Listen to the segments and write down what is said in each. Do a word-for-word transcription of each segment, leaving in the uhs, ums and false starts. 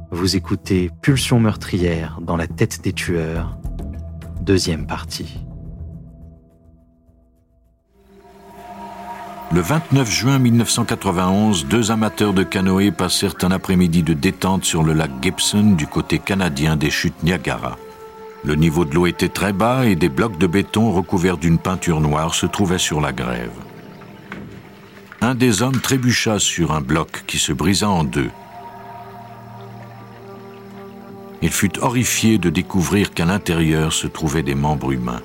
Vous écoutez Pulsion meurtrière dans la tête des tueurs, deuxième partie. Le vingt-neuf juin mille neuf cent quatre-vingt-onze, deux amateurs de canoë passèrent un après-midi de détente sur le lac Gibson du côté canadien des chutes Niagara. Le niveau de l'eau était très bas et des blocs de béton recouverts d'une peinture noire se trouvaient sur la grève. Un des hommes trébucha sur un bloc qui se brisa en deux. Il fut horrifié de découvrir qu'à l'intérieur se trouvaient des membres humains.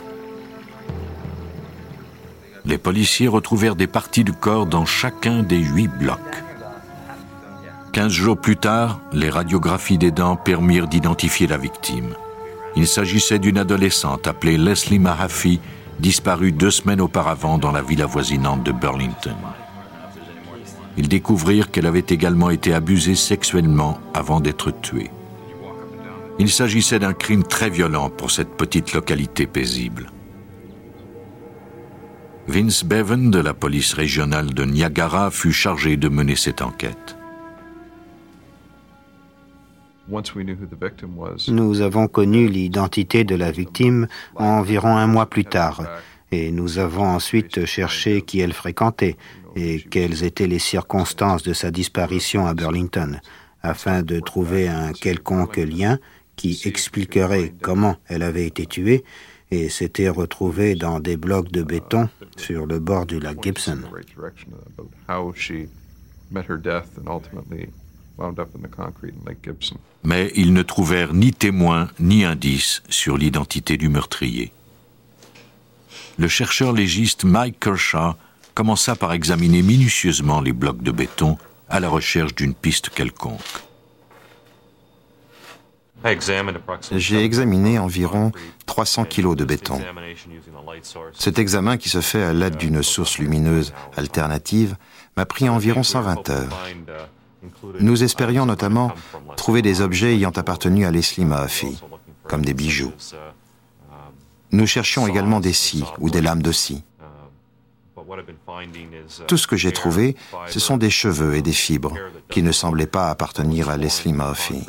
Les policiers retrouvèrent des parties du corps dans chacun des huit blocs. Quinze jours plus tard, les radiographies des dents permirent d'identifier la victime. Il s'agissait d'une adolescente appelée Leslie Mahaffey, disparue deux semaines auparavant dans la ville avoisinante de Burlington. Ils découvrirent qu'elle avait également été abusée sexuellement avant d'être tuée. Il s'agissait d'un crime très violent pour cette petite localité paisible. Vince Bevan de la police régionale de Niagara fut chargé de mener cette enquête. Nous avons connu l'identité de la victime environ un mois plus tard et nous avons ensuite cherché qui elle fréquentait et quelles étaient les circonstances de sa disparition à Burlington afin de trouver un quelconque lien qui expliquerait comment elle avait été tuée et s'était retrouvée dans des blocs de béton sur le bord du lac Gibson. Mais ils ne trouvèrent ni témoins ni indices sur l'identité du meurtrier. Le chercheur légiste Mike Kershaw commença par examiner minutieusement les blocs de béton à la recherche d'une piste quelconque. J'ai examiné environ trois cents kilos de béton. Cet examen, qui se fait à l'aide d'une source lumineuse alternative, m'a pris environ cent vingt heures. Nous espérions notamment trouver des objets ayant appartenu à Leslie Mahaffey, comme des bijoux. Nous cherchions également des scies ou des lames de scie. Tout ce que j'ai trouvé, ce sont des cheveux et des fibres qui ne semblaient pas appartenir à Leslie Mahaffey.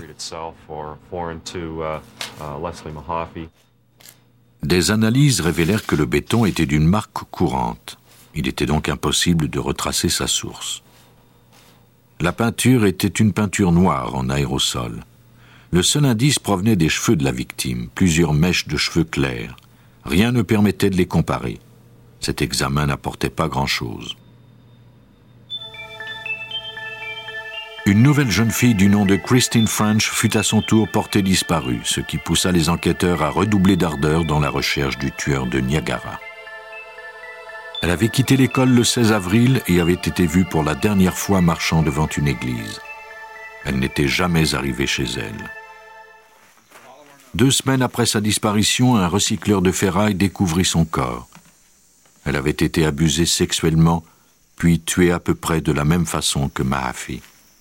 Des analyses révélèrent que le béton était d'une marque courante. Il était donc impossible de retracer sa source. La peinture était une peinture noire en aérosol. Le seul indice provenait des cheveux de la victime, plusieurs mèches de cheveux clairs. Rien ne permettait de les comparer. Cet examen n'apportait pas grand-chose. Une nouvelle jeune fille du nom de Christine French fut à son tour portée disparue, ce qui poussa les enquêteurs à redoubler d'ardeur dans la recherche du tueur de Niagara. Elle avait quitté l'école le seize avril et avait été vue pour la dernière fois marchant devant une église. Elle n'était jamais arrivée chez elle. Deux semaines après sa disparition, un recycleur de ferraille découvrit son corps. Elle avait été abusée sexuellement, puis tuée à peu près de la même façon que Mahaffey.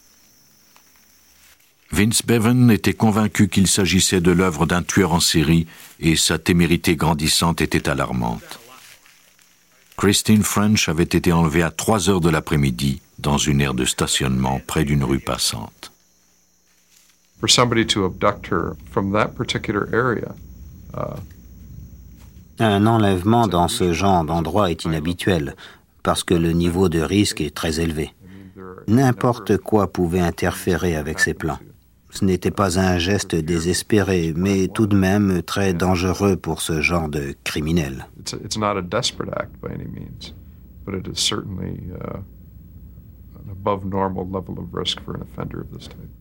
Vince Bevan était convaincu qu'il s'agissait de l'œuvre d'un tueur en série et sa témérité grandissante était alarmante. Christine French avait été enlevée à trois heures de l'après-midi dans une aire de stationnement près d'une rue passante. For somebody to abduct her from that particular area, uh, Un enlèvement dans ce genre d'endroit est inhabituel parce que le niveau de risque est très élevé. N'importe quoi pouvait interférer avec ses plans. Ce n'était pas un geste désespéré, mais tout de même très dangereux pour ce genre de criminel. it's, it's not a desperate act by any means, but it is certainly uh, an above normal level of risk for an offender of this type.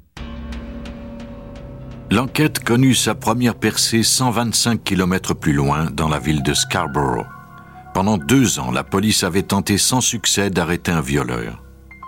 L'enquête connut sa première percée cent vingt-cinq kilomètres plus loin, dans la ville de Scarborough. Pendant deux ans, la police avait tenté sans succès d'arrêter un violeur.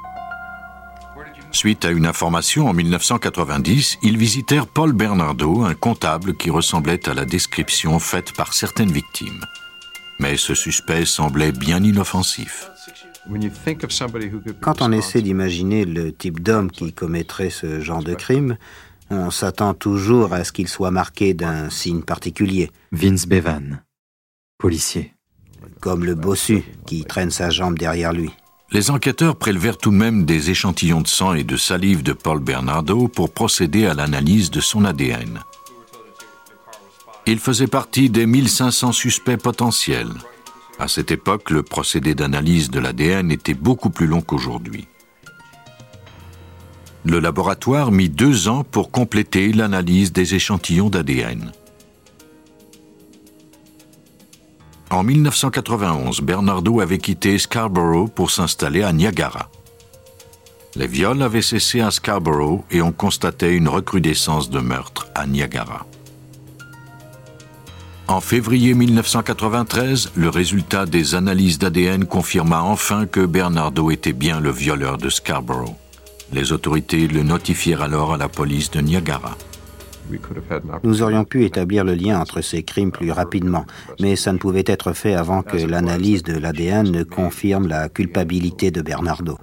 Suite à une information en mille neuf cent quatre-vingt-dix, ils visitèrent Paul Bernardo, un comptable qui ressemblait à la description faite par certaines victimes. Mais ce suspect semblait bien inoffensif. Quand on essaie d'imaginer le type d'homme qui commettrait ce genre de crime, on s'attend toujours à ce qu'il soit marqué d'un signe particulier. Vince Bevan, policier. Comme le bossu qui traîne sa jambe derrière lui. Les enquêteurs prélevèrent tout de même des échantillons de sang et de salive de Paul Bernardo pour procéder à l'analyse de son A D N. Il faisait partie des mille cinq cents suspects potentiels. À cette époque, le procédé d'analyse de l'A D N était beaucoup plus long qu'aujourd'hui. Le laboratoire mit deux ans pour compléter l'analyse des échantillons d'A D N. En mille neuf cent quatre-vingt-onze, Bernardo avait quitté Scarborough pour s'installer à Niagara. Les viols avaient cessé à Scarborough et on constatait une recrudescence de meurtres à Niagara. En février mille neuf cent quatre-vingt-treize, le résultat des analyses d'A D N confirma enfin que Bernardo était bien le violeur de Scarborough. Les autorités le notifièrent alors à la police de Niagara. Nous aurions pu établir le lien entre ces crimes plus rapidement, mais ça ne pouvait être fait avant que l'analyse de l'A D N ne confirme la culpabilité de Bernardo.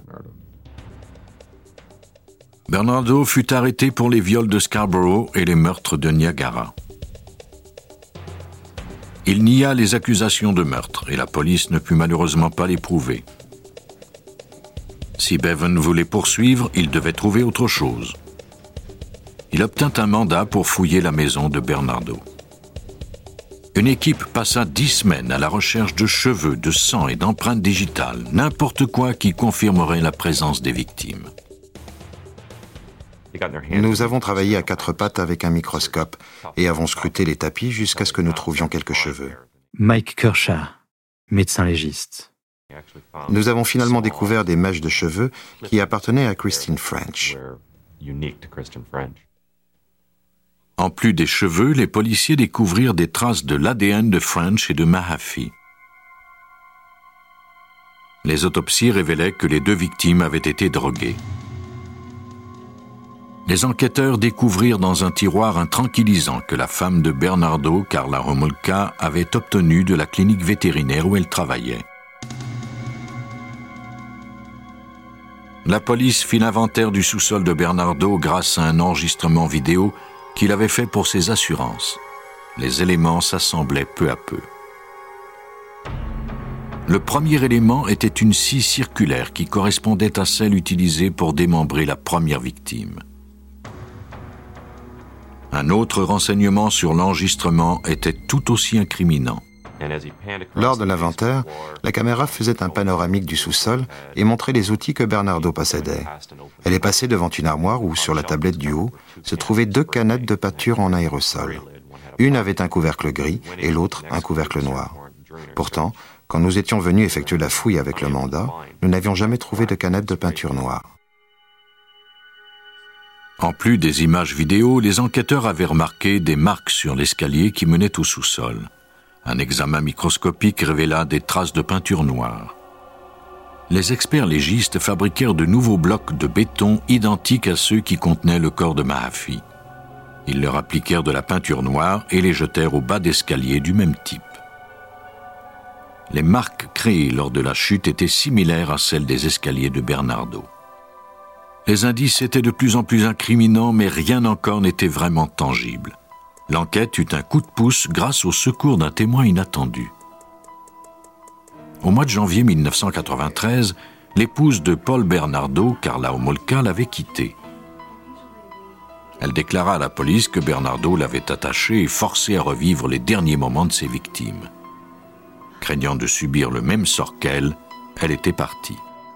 Bernardo fut arrêté pour les viols de Scarborough et les meurtres de Niagara. Il nia les accusations de meurtre et la police ne put malheureusement pas les prouver. Si Bevan voulait poursuivre, il devait trouver autre chose. Il obtint un mandat pour fouiller la maison de Bernardo. Une équipe passa dix semaines à la recherche de cheveux, de sang et d'empreintes digitales, n'importe quoi qui confirmerait la présence des victimes. Nous avons travaillé à quatre pattes avec un microscope et avons scruté les tapis jusqu'à ce que nous trouvions quelques cheveux. Mike Kershaw, médecin légiste. Nous avons finalement découvert des mèches de cheveux qui appartenaient à Christine French. En plus des cheveux, les policiers découvrirent des traces de l'A D N de French et de Mahaffey. Les autopsies révélaient que les deux victimes avaient été droguées. Les enquêteurs découvrirent dans un tiroir un tranquillisant que la femme de Bernardo, Karla Homolka, avait obtenu de la clinique vétérinaire où elle travaillait. La police fit l'inventaire du sous-sol de Bernardo grâce à un enregistrement vidéo qu'il avait fait pour ses assurances. Les éléments s'assemblaient peu à peu. Le premier élément était une scie circulaire qui correspondait à celle utilisée pour démembrer la première victime. Un autre renseignement sur l'enregistrement était tout aussi incriminant. Lors de l'inventaire, la caméra faisait un panoramique du sous-sol et montrait les outils que Bernardo possédait. Elle est passée devant une armoire où, sur la tablette du haut, se trouvaient deux canettes de peinture en aérosol. Une avait un couvercle gris et l'autre un couvercle noir. Pourtant, quand nous étions venus effectuer la fouille avec le mandat, nous n'avions jamais trouvé de canettes de peinture noire. En plus des images vidéo, les enquêteurs avaient remarqué des marques sur l'escalier qui menait au sous-sol. Un examen microscopique révéla des traces de peinture noire. Les experts légistes fabriquèrent de nouveaux blocs de béton identiques à ceux qui contenaient le corps de Mahaffey. Ils leur appliquèrent de la peinture noire et les jetèrent au bas d'escalier du même type. Les marques créées lors de la chute étaient similaires à celles des escaliers de Bernardo. Les indices étaient de plus en plus incriminants, mais rien encore n'était vraiment tangible. L'enquête eut un coup de pouce grâce au secours d'un témoin inattendu. Au mois de janvier mille neuf cent quatre-vingt-treize, l'épouse de Paul Bernardo, Karla Homolka, l'avait quitté. Elle déclara à la police que Bernardo l'avait attachée et forcée à revivre les derniers moments de ses victimes. Craignant de subir le même sort qu'elle, elle était partie.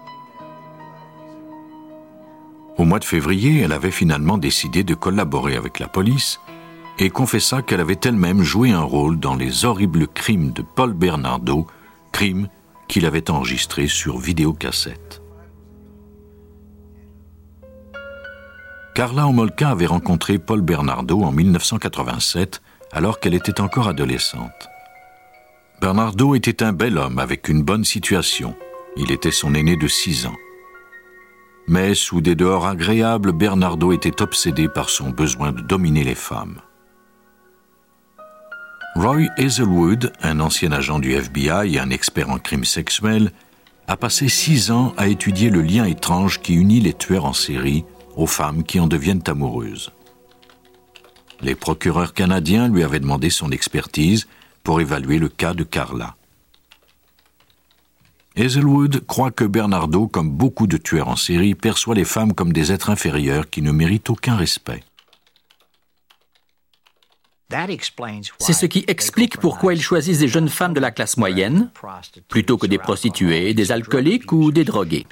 Au mois de février, elle avait finalement décidé de collaborer avec la police et confessa qu'elle avait elle-même joué un rôle dans les horribles crimes de Paul Bernardo, crimes qu'il avait enregistrés sur vidéocassette. Karla Homolka avait rencontré Paul Bernardo en mille neuf cent quatre-vingt-sept, alors qu'elle était encore adolescente. Bernardo était un bel homme avec une bonne situation. Il était son aîné de six ans. Mais sous des dehors agréables, Bernardo était obsédé par son besoin de dominer les femmes. Roy Hazelwood, un ancien agent du F B I et un expert en crimes sexuels, a passé six ans à étudier le lien étrange qui unit les tueurs en série aux femmes qui en deviennent amoureuses. Les procureurs canadiens lui avaient demandé son expertise pour évaluer le cas de Karla. Hazelwood croit que Bernardo, comme beaucoup de tueurs en série, perçoit les femmes comme des êtres inférieurs qui ne méritent aucun respect. C'est ce qui explique pourquoi ils choisissent des jeunes femmes de la classe moyenne, plutôt que des prostituées, des alcooliques ou des drogués.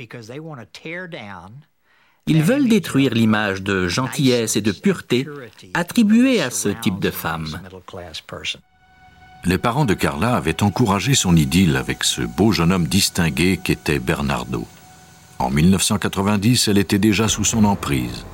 Ils veulent détruire l'image de gentillesse et de pureté attribuée à ce type de femme. Les parents de Carla avaient encouragé son idylle avec ce beau jeune homme distingué qu'était Bernardo. En mille neuf cent quatre-vingt-dix, elle était déjà sous son emprise.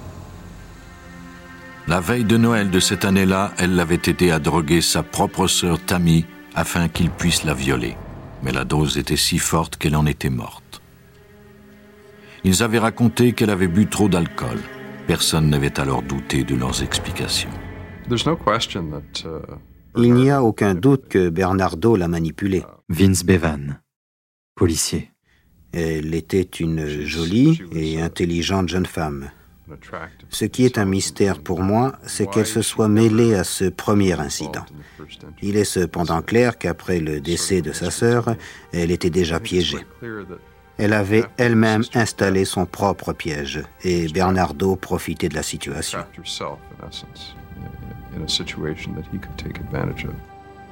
La veille de Noël de cette année-là, elle l'avait aidé à droguer sa propre sœur Tammy afin qu'il puisse la violer. Mais la dose était si forte qu'elle en était morte. Ils avaient raconté qu'elle avait bu trop d'alcool. Personne n'avait alors douté de leurs explications. There's no question that, uh... Il n'y a aucun doute que Bernardo l'a manipulée. Vince Bevan, policier. Elle était une jolie et intelligente jeune femme. Ce qui est un mystère pour moi, c'est qu'elle se soit mêlée à ce premier incident. Il est cependant clair qu'après le décès de sa sœur, elle était déjà piégée. Elle avait elle-même installé son propre piège et Bernardo profitait de la situation. in a situation that he could take advantage of.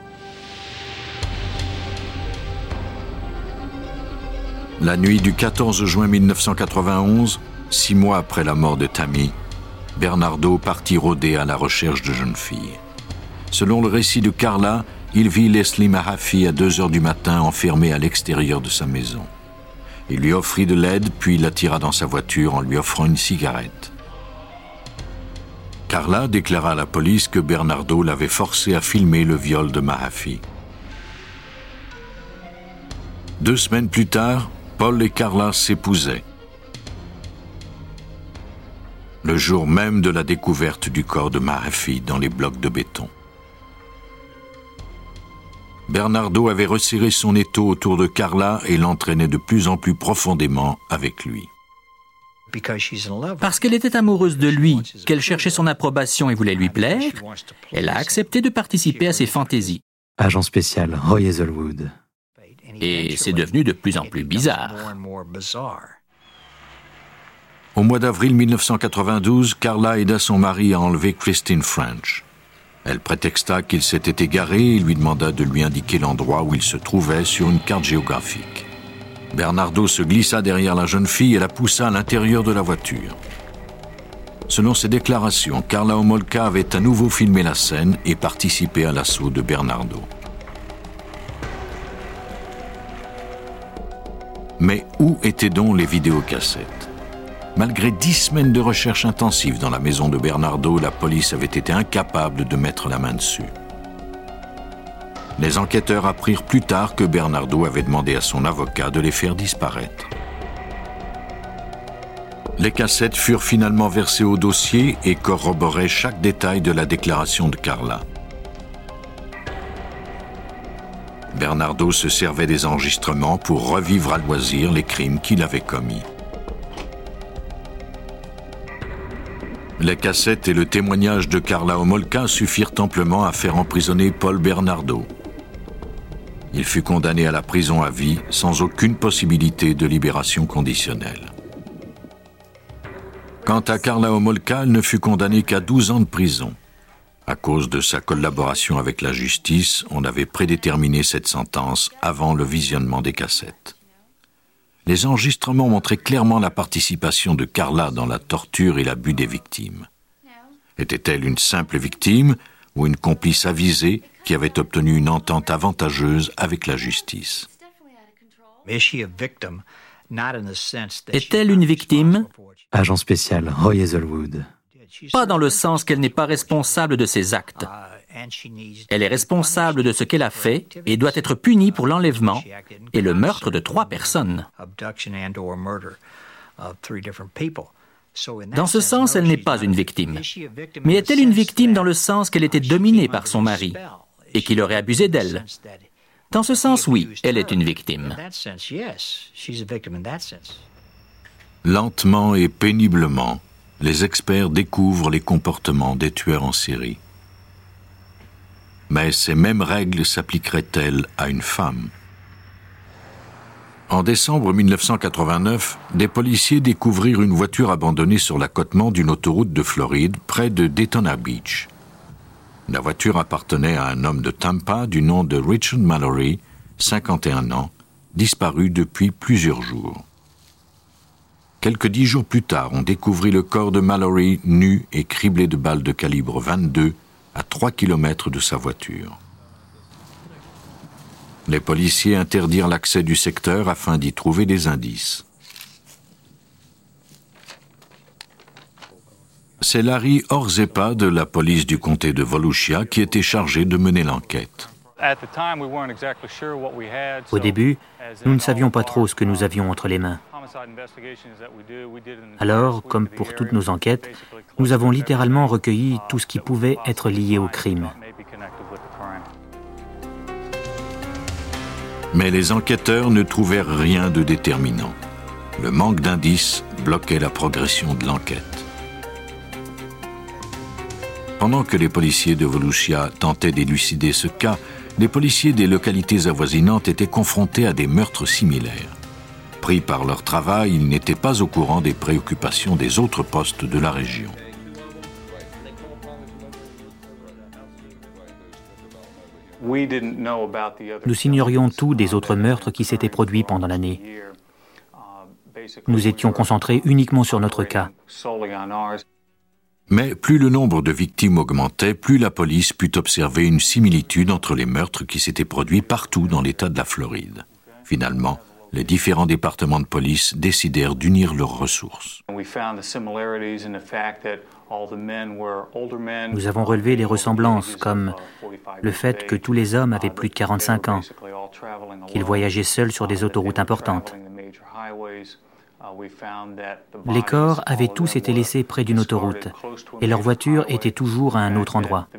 La nuit du quatorze juin mille neuf cent quatre-vingt-onze, six mois après la mort de Tammy, Bernardo partit rôder à la recherche de jeunes filles. Selon le récit de Carla, il vit Leslie Mahaffey à deux heures du matin enfermée à l'extérieur de sa maison. Il lui offrit de l'aide, puis l'attira dans sa voiture en lui offrant une cigarette. Carla déclara à la police que Bernardo l'avait forcé à filmer le viol de Mahaffey. Deux semaines plus tard, Paul et Carla s'épousaient. Le jour même de la découverte du corps de Mahaffey dans les blocs de béton. Bernardo avait resserré son étau autour de Carla et l'entraînait de plus en plus profondément avec lui. Parce qu'elle était amoureuse de lui, qu'elle cherchait son approbation et voulait lui plaire, elle a accepté de participer à ses fantaisies. Agent spécial Roy Hazelwood. Et c'est devenu de plus en plus bizarre. Au mois d'avril mille neuf cent quatre-vingt-douze, Carla aida son mari à enlever Christine French. Elle prétexta qu'il s'était égaré et lui demanda de lui indiquer l'endroit où il se trouvait sur une carte géographique. Bernardo se glissa derrière la jeune fille et la poussa à l'intérieur de la voiture. Selon ses déclarations, Carla Homolka avait à nouveau filmé la scène et participé à l'assaut de Bernardo. Mais où étaient donc les vidéocassettes ? Malgré dix semaines de recherche intensive dans la maison de Bernardo, la police avait été incapable de mettre la main dessus. Les enquêteurs apprirent plus tard que Bernardo avait demandé à son avocat de les faire disparaître. Les cassettes furent finalement versées au dossier et corroboraient chaque détail de la déclaration de Carla. Bernardo se servait des enregistrements pour revivre à loisir les crimes qu'il avait commis. Les cassettes et le témoignage de Carla Homolka suffirent amplement à faire emprisonner Paul Bernardo. Il fut condamné à la prison à vie sans aucune possibilité de libération conditionnelle. Quant à Carla Homolka, elle ne fut condamnée qu'à douze ans de prison. À cause de sa collaboration avec la justice, on avait prédéterminé cette sentence avant le visionnement des cassettes. Les enregistrements montraient clairement la participation de Carla dans la torture et l'abus des victimes. Était-elle une simple victime ou une complice avisée qui avait obtenu une entente avantageuse avec la justice? Est-elle une victime? Agent spécial Roy Hazelwood. Pas dans le sens qu'elle n'est pas responsable de ses actes. Elle est responsable de ce qu'elle a fait et doit être punie pour l'enlèvement et le meurtre de trois personnes. Dans ce sens, elle n'est pas une victime. Mais est-elle une victime dans le sens qu'elle était dominée par son mari et qu'il aurait abusé d'elle? Dans ce sens, oui, elle est une victime. Lentement et péniblement, les experts découvrent les comportements des tueurs en série. Mais ces mêmes règles s'appliqueraient-elles à une femme? En décembre mille neuf cent quatre-vingt-neuf, des policiers découvrirent une voiture abandonnée sur l'accotement d'une autoroute de Floride, près de Daytona Beach. La voiture appartenait à un homme de Tampa du nom de Richard Mallory, cinquante et un ans, disparu depuis plusieurs jours. Quelques dix jours plus tard, on découvrit le corps de Mallory nu et criblé de balles de calibre vingt-deux à trois kilomètres de sa voiture. Les policiers interdirent l'accès du secteur afin d'y trouver des indices. C'est Larry Orzepa de la police du comté de Volusia qui était chargé de mener l'enquête. Au début, nous ne savions pas trop ce que nous avions entre les mains. Alors, comme pour toutes nos enquêtes, nous avons littéralement recueilli tout ce qui pouvait être lié au crime. Mais les enquêteurs ne trouvèrent rien de déterminant. Le manque d'indices bloquait la progression de l'enquête. Pendant que les policiers de Volusia tentaient d'élucider ce cas, les policiers des localités avoisinantes étaient confrontés à des meurtres similaires. Pris par leur travail, ils n'étaient pas au courant des préoccupations des autres postes de la région. Nous ignorions tout des autres meurtres qui s'étaient produits pendant l'année. Nous étions concentrés uniquement sur notre cas. Mais plus le nombre de victimes augmentait, plus la police put observer une similitude entre les meurtres qui s'étaient produits partout dans l'État de la Floride. Finalement, les différents départements de police décidèrent d'unir leurs ressources. Nous avons relevé des ressemblances, comme le fait que tous les hommes avaient plus de quarante-cinq ans, qu'ils voyageaient seuls sur des autoroutes importantes. Les corps avaient tous été laissés près d'une autoroute, et leurs voitures étaient toujours à un autre endroit.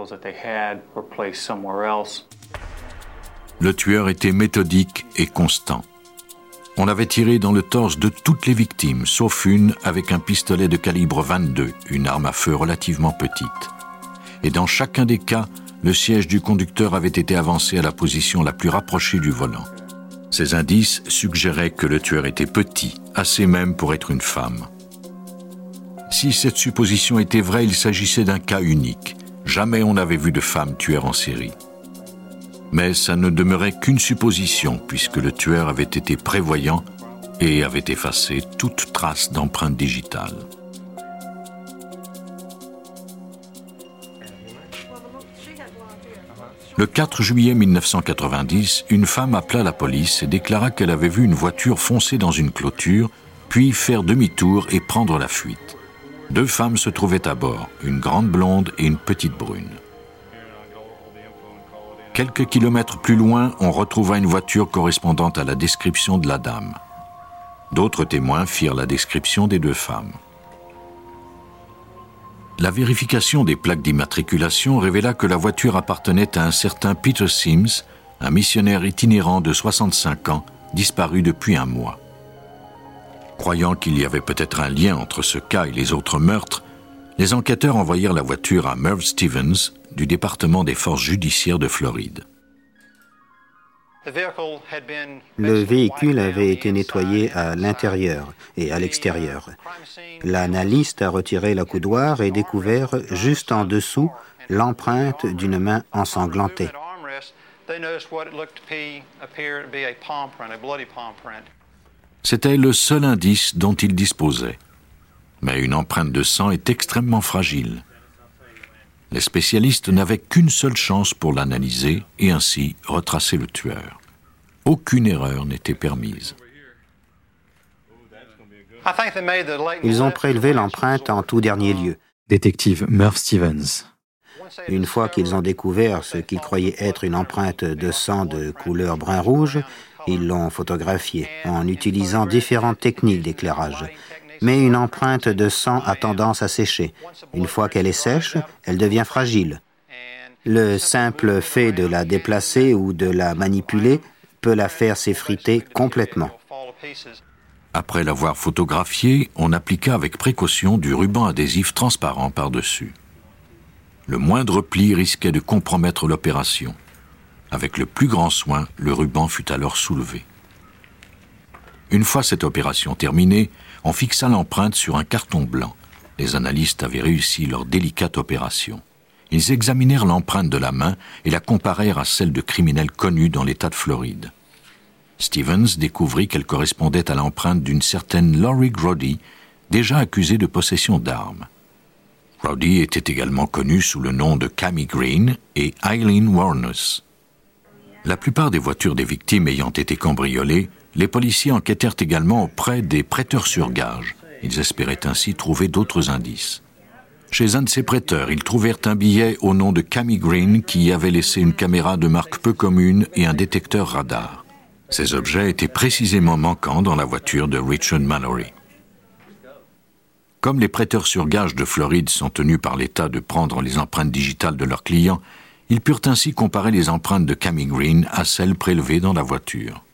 Le tueur était méthodique et constant. On avait tiré dans le torse de toutes les victimes, sauf une avec un pistolet de calibre vingt-deux, une arme à feu relativement petite. Et dans chacun des cas, le siège du conducteur avait été avancé à la position la plus rapprochée du volant. Ces indices suggéraient que le tueur était petit, assez même pour être une femme. Si cette supposition était vraie, il s'agissait d'un cas unique. Jamais on n'avait vu de femme tueur en série. Mais ça ne demeurait qu'une supposition, puisque le tueur avait été prévoyant et avait effacé toute trace d'empreinte digitale. Le quatre juillet mille neuf cent quatre-vingt-dix, une femme appela la police et déclara qu'elle avait vu une voiture foncer dans une clôture, puis faire demi-tour et prendre la fuite. Deux femmes se trouvaient à bord, une grande blonde et une petite brune. Quelques kilomètres plus loin, on retrouva une voiture correspondant à la description de la dame. D'autres témoins firent la description des deux femmes. La vérification des plaques d'immatriculation révéla que la voiture appartenait à un certain Peter Sims, un missionnaire itinérant de soixante-cinq ans, disparu depuis un mois. Croyant qu'il y avait peut-être un lien entre ce cas et les autres meurtres, les enquêteurs envoyèrent la voiture à Merv Stevens, du département des forces judiciaires de Floride. Le véhicule avait été nettoyé à l'intérieur et à l'extérieur. L'analyste a retiré l'accoudoir et découvert juste en dessous l'empreinte d'une main ensanglantée. C'était le seul indice dont il disposait. Mais une empreinte de sang est extrêmement fragile. Les spécialistes n'avaient qu'une seule chance pour l'analyser et ainsi retracer le tueur. Aucune erreur n'était permise. Ils ont prélevé l'empreinte en tout dernier lieu. Détective Merv Stevens. Une fois qu'ils ont découvert ce qu'ils croyaient être une empreinte de sang de couleur brun-rouge, ils l'ont photographiée en utilisant différentes techniques d'éclairage. Mais une empreinte de sang a tendance à sécher. Une fois qu'elle est sèche, elle devient fragile. Le simple fait de la déplacer ou de la manipuler peut la faire s'effriter complètement. Après l'avoir photographiée, on appliqua avec précaution du ruban adhésif transparent par-dessus. Le moindre pli risquait de compromettre l'opération. Avec le plus grand soin, le ruban fut alors soulevé. Une fois cette opération terminée, on fixa l'empreinte sur un carton blanc. Les analystes avaient réussi leur délicate opération. Ils examinèrent l'empreinte de la main et la comparèrent à celle de criminels connus dans l'État de Floride. Stevens découvrit qu'elle correspondait à l'empreinte d'une certaine Laurie Groody, déjà accusée de possession d'armes. Groody était également connue sous le nom de Cammie Green et Eileen Wuornos. La plupart des voitures des victimes ayant été cambriolées, les policiers enquêtèrent également auprès des prêteurs sur gage. Ils espéraient ainsi trouver d'autres indices. Chez un de ces prêteurs, ils trouvèrent un billet au nom de Cammie Green qui y avait laissé une caméra de marque peu commune et un détecteur radar. Ces objets étaient précisément manquants dans la voiture de Richard Mallory. Comme les prêteurs sur gage de Floride sont tenus par l'État de prendre les empreintes digitales de leurs clients, ils purent ainsi comparer les empreintes de Cammie Green à celles prélevées dans la voiture.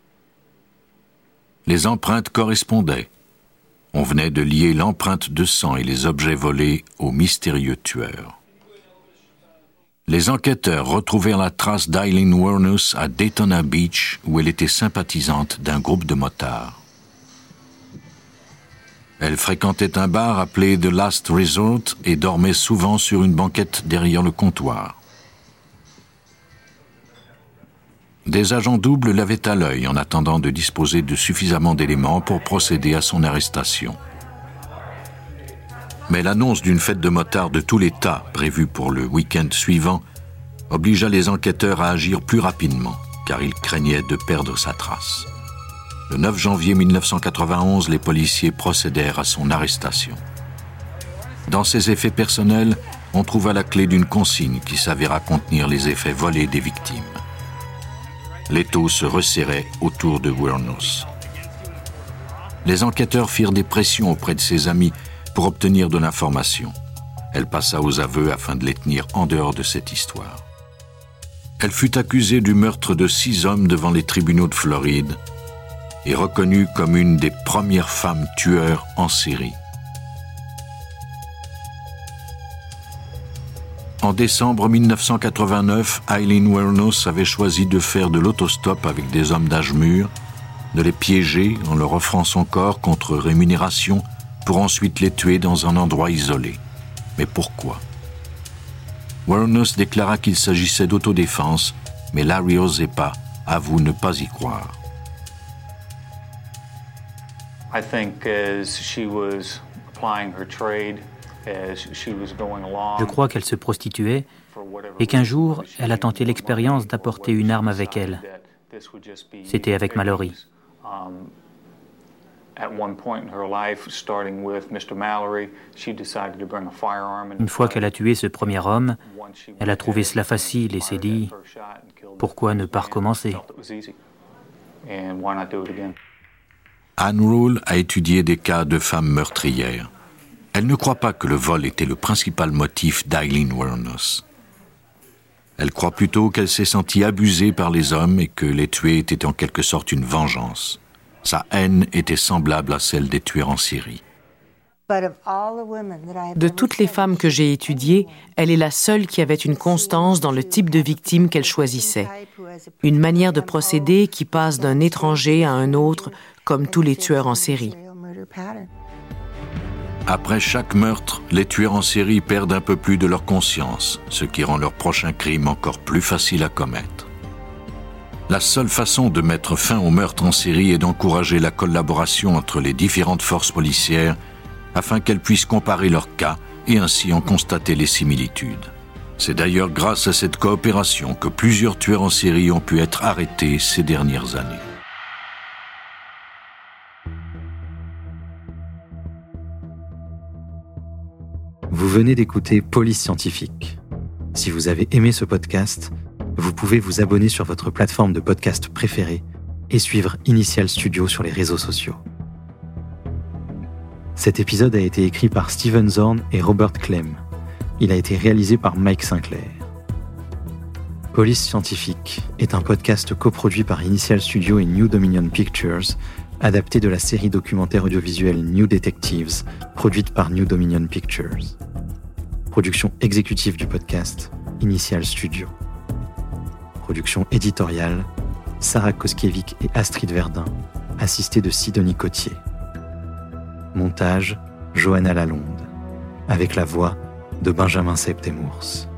Les empreintes correspondaient. On venait de lier l'empreinte de sang et les objets volés au mystérieux tueur. Les enquêteurs retrouvèrent la trace d'Eileen Wuornos à Daytona Beach, où elle était sympathisante d'un groupe de motards. Elle fréquentait un bar appelé The Last Resort et dormait souvent sur une banquette derrière le comptoir. Des agents doubles l'avaient à l'œil en attendant de disposer de suffisamment d'éléments pour procéder à son arrestation. Mais l'annonce d'une fête de motards de tout l'État, prévue pour le week-end suivant, obligea les enquêteurs à agir plus rapidement, car ils craignaient de perdre sa trace. Le neuf janvier mille neuf cent quatre-vingt-onze, les policiers procédèrent à son arrestation. Dans ses effets personnels, on trouva la clé d'une consigne qui s'avéra contenir les effets volés des victimes. L'étau se resserrait autour de Wuornos. Les enquêteurs firent des pressions auprès de ses amis pour obtenir de l'information. Elle passa aux aveux afin de les tenir en dehors de cette histoire. Elle fut accusée du meurtre de six hommes devant les tribunaux de Floride et reconnue comme une des premières femmes tueurs en série. En décembre mille neuf cent quatre-vingt-neuf, Eileen Wuornos avait choisi de faire de l'autostop avec des hommes d'âge mûr, de les piéger en leur offrant son corps contre rémunération pour ensuite les tuer dans un endroit isolé. Mais pourquoi? Wuornos déclara qu'il s'agissait d'autodéfense, mais Larry Ozepa avoue ne pas y croire. I think as she was applying her trade, Je crois qu'elle se prostituait et qu'un jour, elle a tenté l'expérience d'apporter une arme avec elle. C'était avec Mallory. Une fois qu'elle a tué ce premier homme, elle a trouvé cela facile et s'est dit « Pourquoi ne pas recommencer ?» Anne Rule a étudié des cas de femmes meurtrières. Elle ne croit pas que le vol était le principal motif d'Eileen Wuornos. Elle croit plutôt qu'elle s'est sentie abusée par les hommes et que les tuer était en quelque sorte une vengeance. Sa haine était semblable à celle des tueurs en série. De toutes les femmes que j'ai étudiées, elle est la seule qui avait une constance dans le type de victime qu'elle choisissait. Une manière de procéder qui passe d'un étranger à un autre, comme tous les tueurs en série. Après chaque meurtre, les tueurs en série perdent un peu plus de leur conscience, ce qui rend leur prochain crime encore plus facile à commettre. La seule façon de mettre fin au meurtre en série est d'encourager la collaboration entre les différentes forces policières afin qu'elles puissent comparer leurs cas et ainsi en constater les similitudes. C'est d'ailleurs grâce à cette coopération que plusieurs tueurs en série ont pu être arrêtés ces dernières années. Vous venez d'écouter Police Scientifique. Si vous avez aimé ce podcast, vous pouvez vous abonner sur votre plateforme de podcast préférée et suivre Initial Studio sur les réseaux sociaux. Cet épisode a été écrit par Steven Zorn et Robert Clem. Il a été réalisé par Mike Sinclair. Police Scientifique est un podcast coproduit par Initial Studio et New Dominion Pictures, adapté de la série documentaire audiovisuelle New Detectives, produite par New Dominion Pictures. Production exécutive du podcast, Initial Studio. Production éditoriale, Sarah Koskiewicz et Astrid Verdun, assisté de Sidonie Cotier. Montage, Johanna Lalonde, avec la voix de Benjamin Septemours.